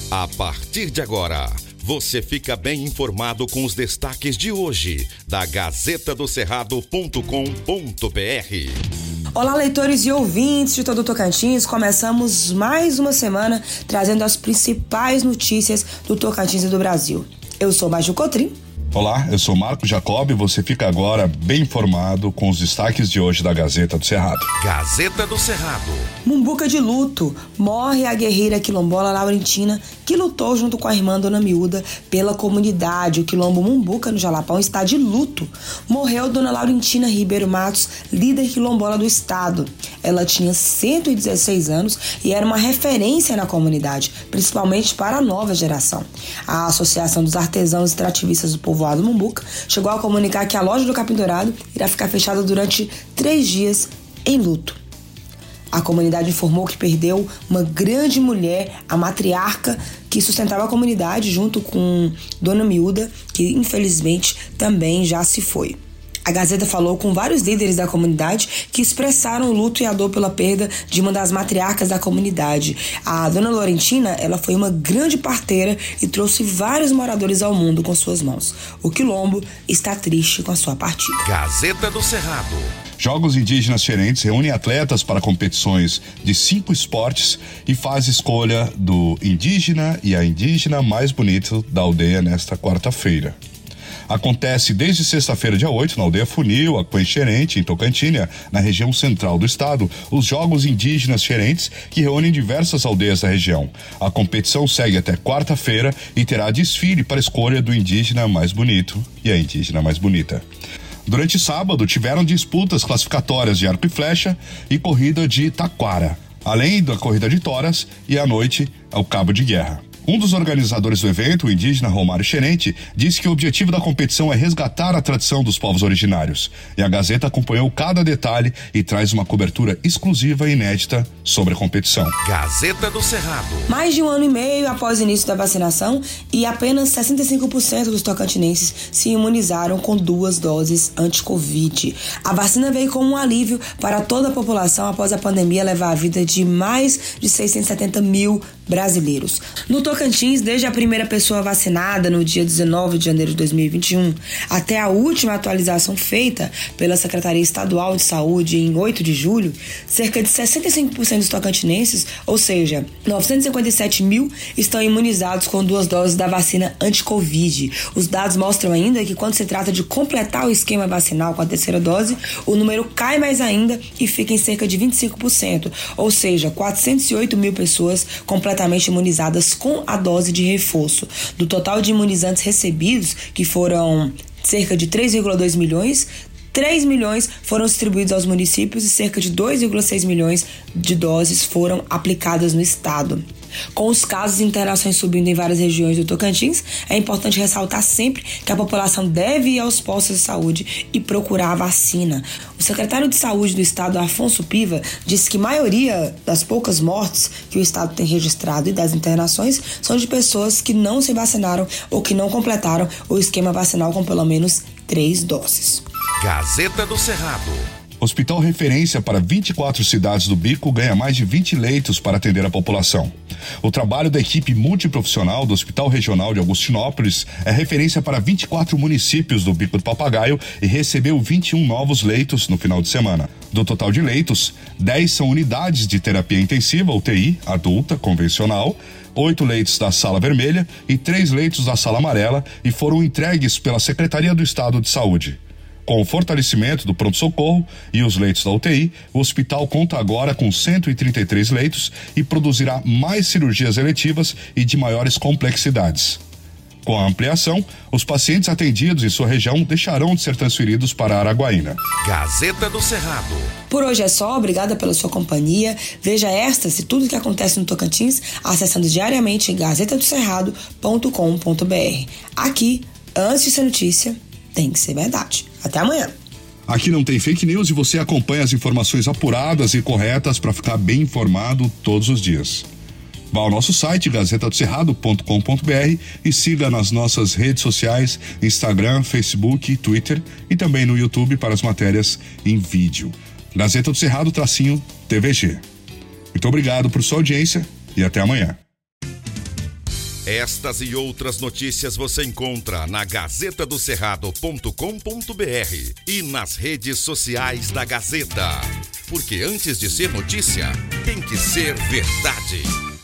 A partir de agora, você fica bem informado com os destaques de hoje da GazetaDoCerrado.com.br. Olá, leitores e ouvintes de todo o Tocantins. Começamos mais uma semana trazendo as principais notícias do Tocantins e do Brasil. Eu sou Maju Cotrim. Olá, eu sou Marco Jacob e você fica agora bem informado com os destaques de hoje da Gazeta do Cerrado. Gazeta do Cerrado. Mumbuca de luto. Morre a guerreira quilombola Laurentina, que lutou junto com a irmã Dona Miúda pela comunidade. O quilombo Mumbuca, no Jalapão, está de luto. Morreu Dona Laurentina Ribeiro Matos, líder quilombola do estado. Ela tinha 116 anos e era uma referência na comunidade, principalmente para a nova geração. A Associação dos Artesãos Extrativistas do Povoado Mumbuca chegou a comunicar que a loja do Capim Dourado irá ficar fechada durante 3 dias em luto. A comunidade informou que perdeu uma grande mulher, a matriarca, que sustentava a comunidade junto com Dona Miúda, que infelizmente também já se foi. A Gazeta falou com vários líderes da comunidade que expressaram o luto e a dor pela perda de uma das matriarcas da comunidade. A Dona Laurentina, ela foi uma grande parteira e trouxe vários moradores ao mundo com suas mãos. O quilombo está triste com a sua partida. Gazeta do Cerrado. Jogos Indígenas Xerentes reúnem atletas para competições de 5 esportes e faz escolha do indígena e a indígena mais bonito da aldeia nesta quarta-feira. Acontece desde sexta-feira, dia 8, na aldeia Funil, Aquém Xerente, em Tocantinha, na região central do estado, os Jogos Indígenas Xerentes, que reúnem diversas aldeias da região. A competição segue até quarta-feira e terá desfile para a escolha do indígena mais bonito e a indígena mais bonita. Durante sábado, tiveram disputas classificatórias de arco e flecha e corrida de taquara, além da corrida de toras e à noite, ao cabo de guerra. Um dos organizadores do evento, o indígena Romário Xerente, disse que o objetivo da competição é resgatar a tradição dos povos originários. E a Gazeta acompanhou cada detalhe e traz uma cobertura exclusiva e inédita sobre a competição. Gazeta do Cerrado. Mais de 1 ano e meio após o início da vacinação e apenas 65% dos tocantinenses se imunizaram com 2 doses anti-Covid. A vacina veio como um alívio para toda a população após a pandemia levar a vida de mais de 670 mil brasileiros. No Tocantins, desde a primeira pessoa vacinada no dia 19 de janeiro de 2021 até a última atualização feita pela Secretaria Estadual de Saúde em 8 de julho, cerca de 65% dos tocantinenses, ou seja, 957 mil, estão imunizados com 2 doses da vacina anti-Covid. Os dados mostram ainda que quando se trata de completar o esquema vacinal com a 3ª dose, o número cai mais ainda e fica em cerca de 25%, ou seja, 408 mil pessoas completamente imunizadas com a dose de reforço. Do total de imunizantes recebidos, que foram cerca de 3,2 milhões, 3 milhões foram distribuídos aos municípios e cerca de 2,6 milhões de doses foram aplicadas no estado. Com os casos e internações subindo em várias regiões do Tocantins, é importante ressaltar sempre que a população deve ir aos postos de saúde e procurar a vacina. O secretário de Saúde do estado, Afonso Piva, disse que a maioria das poucas mortes que o estado tem registrado e das internações são de pessoas que não se vacinaram ou que não completaram o esquema vacinal com pelo menos 3 doses. Gazeta do Cerrado. Hospital referência para 24 cidades do Bico ganha mais de 20 leitos para atender a população. O trabalho da equipe multiprofissional do Hospital Regional de Augustinópolis é referência para 24 municípios do Bico do Papagaio e recebeu 21 novos leitos no final de semana. Do total de leitos, 10 são unidades de terapia intensiva, UTI, adulta, convencional, 8 leitos da Sala Vermelha e 3 leitos da Sala Amarela e foram entregues pela Secretaria do Estado de Saúde. Com o fortalecimento do pronto-socorro e os leitos da UTI, o hospital conta agora com 133 leitos e produzirá mais cirurgias eletivas e de maiores complexidades. Com a ampliação, os pacientes atendidos em sua região deixarão de ser transferidos para Araguaína. Gazeta do Cerrado. Por hoje é só, obrigada pela sua companhia. Veja estas e tudo o que acontece no Tocantins acessando diariamente gazetadocerrado.com.br. Aqui, antes de ser notícia, tem que ser verdade. Até amanhã. Aqui não tem fake news e você acompanha as informações apuradas e corretas para ficar bem informado todos os dias. Vá ao nosso site gazetadocerrado.com.br e siga nas nossas redes sociais, Instagram, Facebook, Twitter e também no YouTube para as matérias em vídeo. Gazeta do Cerrado _TVG. Muito obrigado por sua audiência e até amanhã. Estas e outras notícias você encontra na gazetadocerrado.com.br e nas redes sociais da Gazeta. Porque antes de ser notícia, tem que ser verdade.